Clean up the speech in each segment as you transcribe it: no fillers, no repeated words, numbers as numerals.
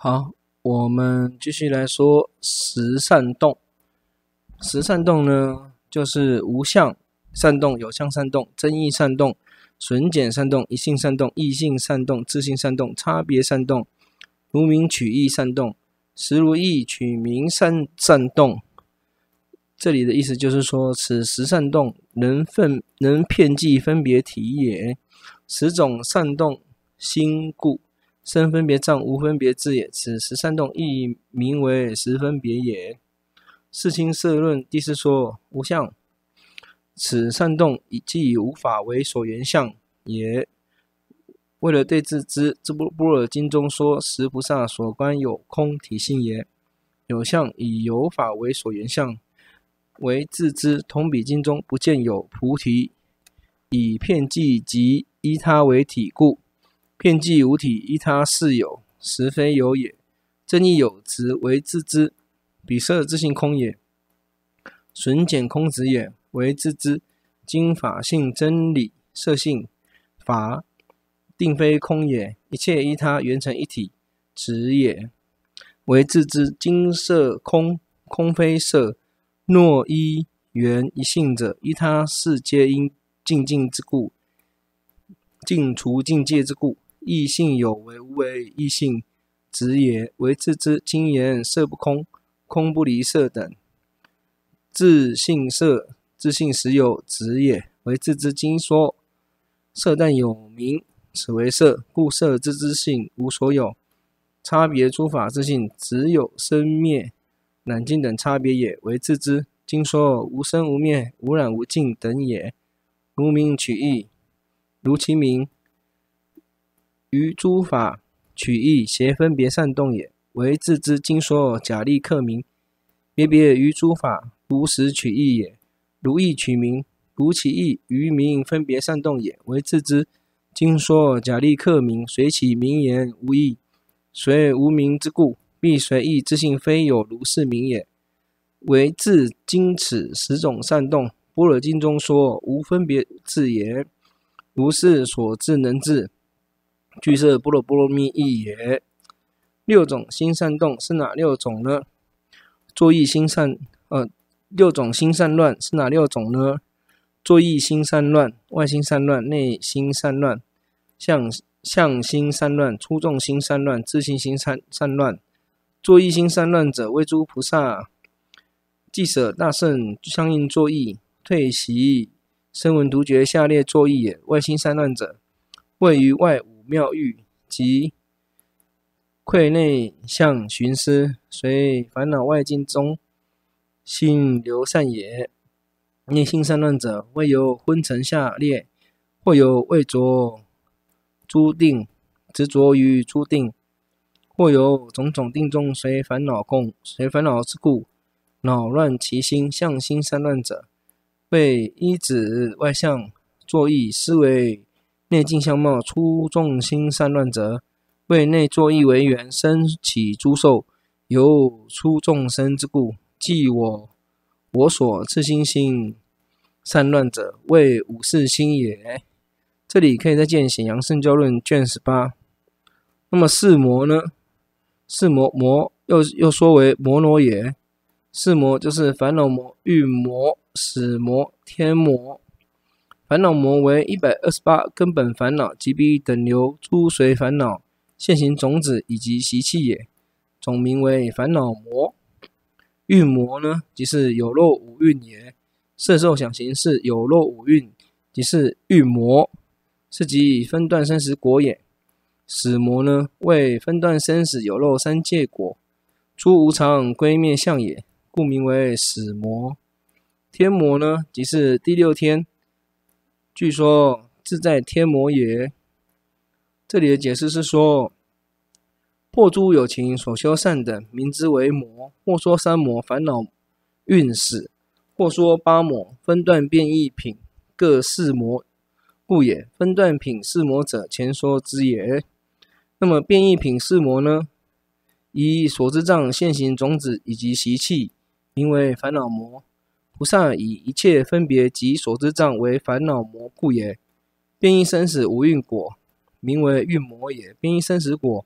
好，我们继续来说十善动。十善动呢，就是无相善动、有相善动、增益善动、损减善动、一性善动、异性善动、自性善动、差别善动、如名取义善动、实如意取名善动。这里的意思就是说，此十善动能遍计分别体也，十种善动心故。生分别障，无分别智也。此十善动亦名为十分别也。世亲社论第四说无相，此善动既以无法为所缘相也。为了对治之，这般若经中说十菩萨所观有空体性也。有相以有法为所缘相，为治之。同比经中不见有菩提，以遍计及依他为体故。遍计无体，依他是有，实非有也。真亦有执为自之，彼色自性空也。损减空执也，为自之。今法性真理色性法定非空也，一切依他缘成一体，执也，为自之。今色空，空非色。若依缘一性者，依他是皆因境界之故，尽除境界之故。异性有为无为异性执也，为自之。今言色不空，空不离色等，自性色自性实有执也，为自之。今说色但有名，此为色，故色之性无所有。差别诸法之性只有生灭染净等差别也，为自之。今说无生无灭无染无净等也，如名取义，如其名，于诸法取义邪分别善动也，为自之。今说假立克名，别于诸法，如实取义也。如义取名，如其义于名分别善动也，为自之。今说假立克名，随其名言无义，随无名之故，必随义之性非有如是名也，为自。今此十种善动，般若经中说无分别智也，如是所智能智，具摄般若波罗蜜意也。六种心善动是哪六种呢？作意心善六种心善乱是哪六种呢？作意心善乱、外心善乱、内心善乱、相心善乱、出众心善乱、自性心善乱。作意心善乱者，为诸菩萨既舍大圣相应作意，退习声闻独觉下列作意也。外心善乱者，位于外五妙欲及愧内相寻思，随烦恼外境中心流散也。内心善乱者，为有昏沉下列，或有未着诸定，执着于诸定，或有种种定中随烦恼之故，恼乱其心。相心善乱者，为依止外相作意，思为内境相貌。出众心善乱者，为内作意为缘，生起诸受，由出众生之故，即我所自心善乱者，为五识心也。这里可以再见《显扬圣教论》卷18。那么四魔呢？四魔又说为摩罗也。四魔就是烦恼魔、欲魔、死魔、天魔。烦恼魔为128根本烦恼及彼等流诸随烦恼现行种子以及习气也，总名为烦恼魔。欲魔呢，即是有漏五蕴也。色受想行识有漏五蕴，即是欲魔，是即分段生死果也。死魔呢，为分段生死有漏三界果，诸无常归灭相也，故名为死魔。天魔呢，即是第六天，据说自在天魔也。这里的解释是说，破诸有情所修善等，名之为魔。或说三魔烦恼蕴死，或说八魔分段变异品各四魔故也。分段品四魔者，前说之也。那么变异品四魔呢，以所知障现行种子以及习气，名为烦恼魔。菩萨以一切分别及所知障为烦恼魔故也。变异生死无蕴果，名为蕴魔也。变异生死果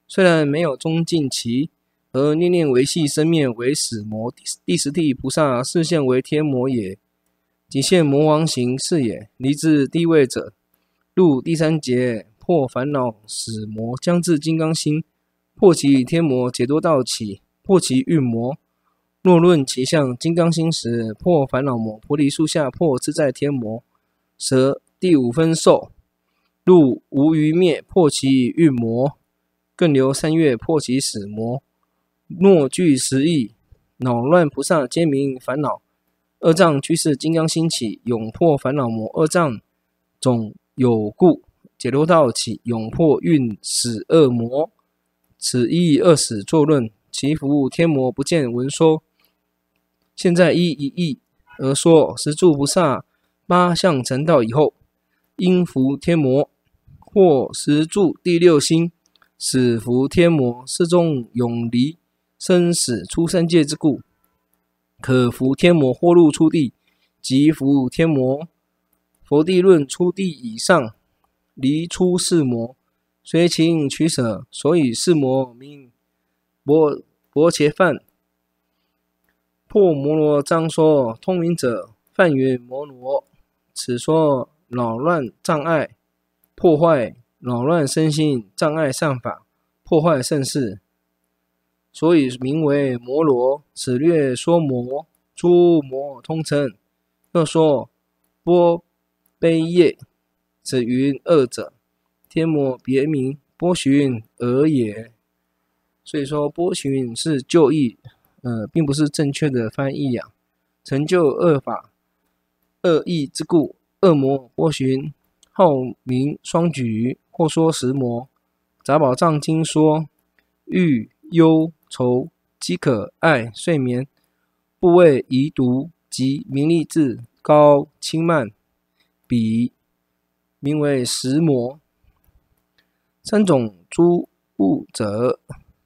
虽然没有终尽其，而念念维系生灭为死魔，第十地菩萨视现为天魔也，即现魔王形是也。离至地位者，入第三劫，破烦恼死魔，将至金刚心，破其天魔，解脱道起，破其欲魔。若论其相，金刚心时破烦恼魔，菩提树下破自在天魔。蛇第五分受，入无余灭，破其欲魔，更留三月，破其死魔。若具十亿，恼乱菩萨皆名烦恼。二障居士金刚心起，永破烦恼魔。二障总有故，解脱道起，永破运死恶魔。此一二使作论，其服天魔不见闻说。现在一义而说，十住菩萨八相成道以后，因服天魔，或十住第六心，使服天魔，是中永离生死出三界之故，可服天魔，或入初地，即服天魔。佛地论初地以上，离出四魔，随情取舍，所以四魔名薄伽梵。破摩罗章说，通明者梵云摩罗，此说扰乱障碍，破坏扰乱身心障碍善法，破坏盛世，所以名为摩罗。此略说魔，诸魔通称。又说波悲业，此云二者，天魔别名波旬尔也。所以说波旬是旧义，并不是正确的翻译啊。成就恶法恶义之故，恶魔波旬，号名双举，或说十魔。杂宝藏经说，欲忧愁饥渴爱睡眠部位遗毒及名利智高轻慢比，名为十魔。三种诸物者，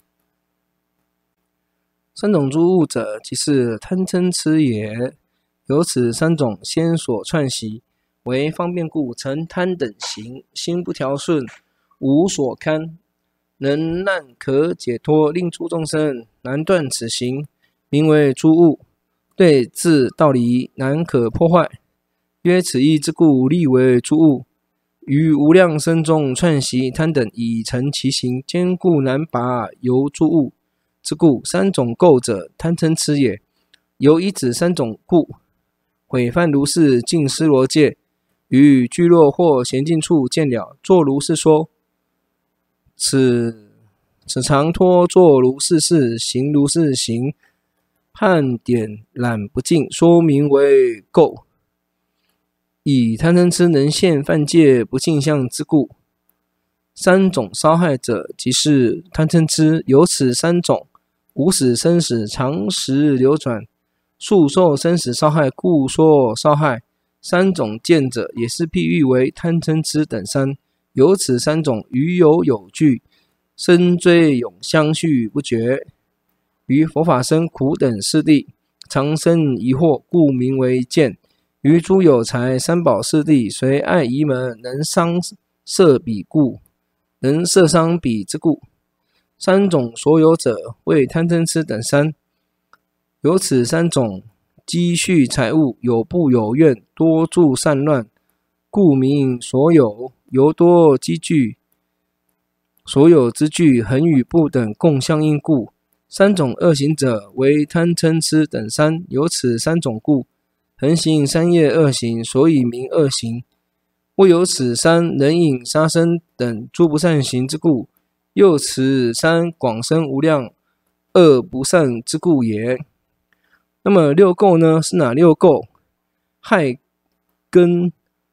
三种诸物者，即是贪嗔痴也。由此三种先所串习，为方便故，成贪等行，心不调顺，无所堪，能难可解脱，令诸众生难断此行，名为诸物。对治道理难可破坏，曰此义之故，立为诸物。于无量生中串习贪等，以成其行，坚固难拔，由诸物之故。三种垢者，贪嗔痴也。由以指三种故，毁犯如是尽尸罗界，于聚落或闲静处见了，作如是说：此常托作如是事，行如是行，判点染不净，说名为垢。以贪嗔痴能现犯戒不净相之故。三种烧害者，即是贪嗔痴。由此三种，无始生死常时流转，速受生死烧害，故说烧害。三种见者，也是譬喻为贪嗔痴等三。由此三种，于有据，生追永相续不绝。于佛法生苦等四谛，常生疑惑，故名为见。于诸有财三宝四谛，随爱疑门，能伤摄彼故，能摄伤彼之故。三种所有者，为贪嗔痴等三。由此三种，积蓄财物，有不有愿，多助散乱，故名所有。由多积聚，所有之具，恒与不等共相应故。三种恶行者，为贪嗔痴等三。由此三种故，恒行三业恶行，所以名恶行。未有此三人饮杀生等诸不善行之故，又此三广生无量恶不善之故也。那么六垢呢？是哪六垢？害根、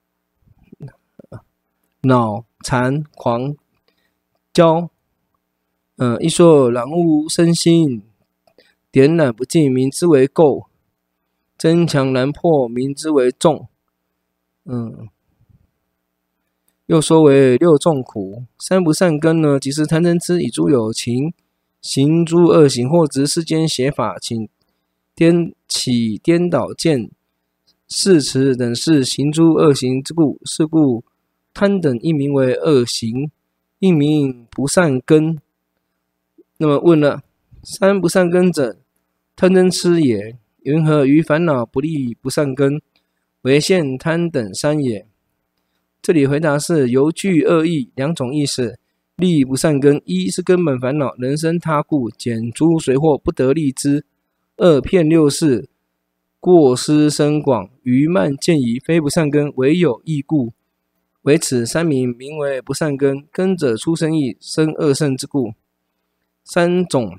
恼、馋、狂、骄。一说染污身心，点染不尽，名之为垢；增强难破，名之为众。又说为六众苦。三不善根呢，即是贪嗔痴，以诸有情行诸恶行，或执世间邪法，起颠倒见、誓词等事，行诸恶行之故。是故贪等一名为恶行，一名不善根。 那么问了，三不善根者，贪嗔痴也，云何于烦恼不利不善根，为现贪等三也？这里回答是由具二义，两种意思。利不善根，一是根本烦恼，人生他故，减诸随惑，不得利之；二骗六事，过失深广，愚慢见疑，非不善根，唯有义故。为此三名，名为不善根。根者出生意，生恶圣之故。三种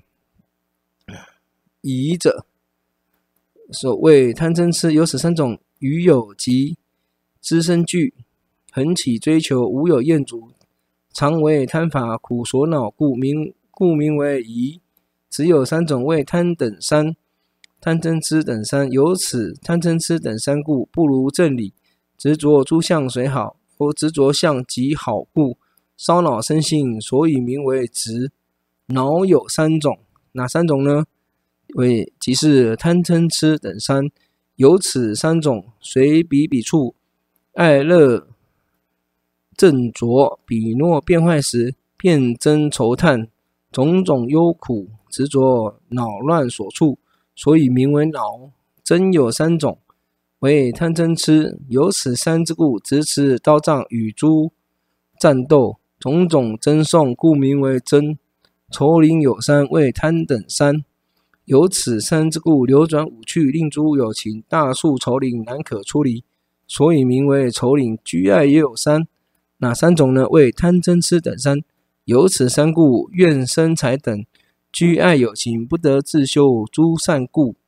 疑者，所谓贪嗔痴，有此三种：愚有及，知身惧，恒起追求，无有厌足，常为贪法苦所恼故名为疑。只有三种为贪等三，贪嗔痴等三，由此贪嗔痴等三故，不如正理。执着诸相虽好，或执着相极好故，烧恼生性，所以名为执。恼有三种，哪三种呢？即是贪嗔痴等三。由此三种，随彼处，爱乐正浊，彼若变坏时，便增愁叹，种种忧苦，执着恼乱所处，所以名为恼。真有三种，为贪嗔痴。由此三之故，执持刀杖与诸战斗，种种争讼，故名为争。愁灵有三，为贪等三。由此三之故，流转五趣，令诸有情大数愁灵，难可出离，所以名为愁灵。居爱也有三，哪三种呢？为贪嗔痴等三。由此三故，怨生财等居爱有情，不得自修诸善故。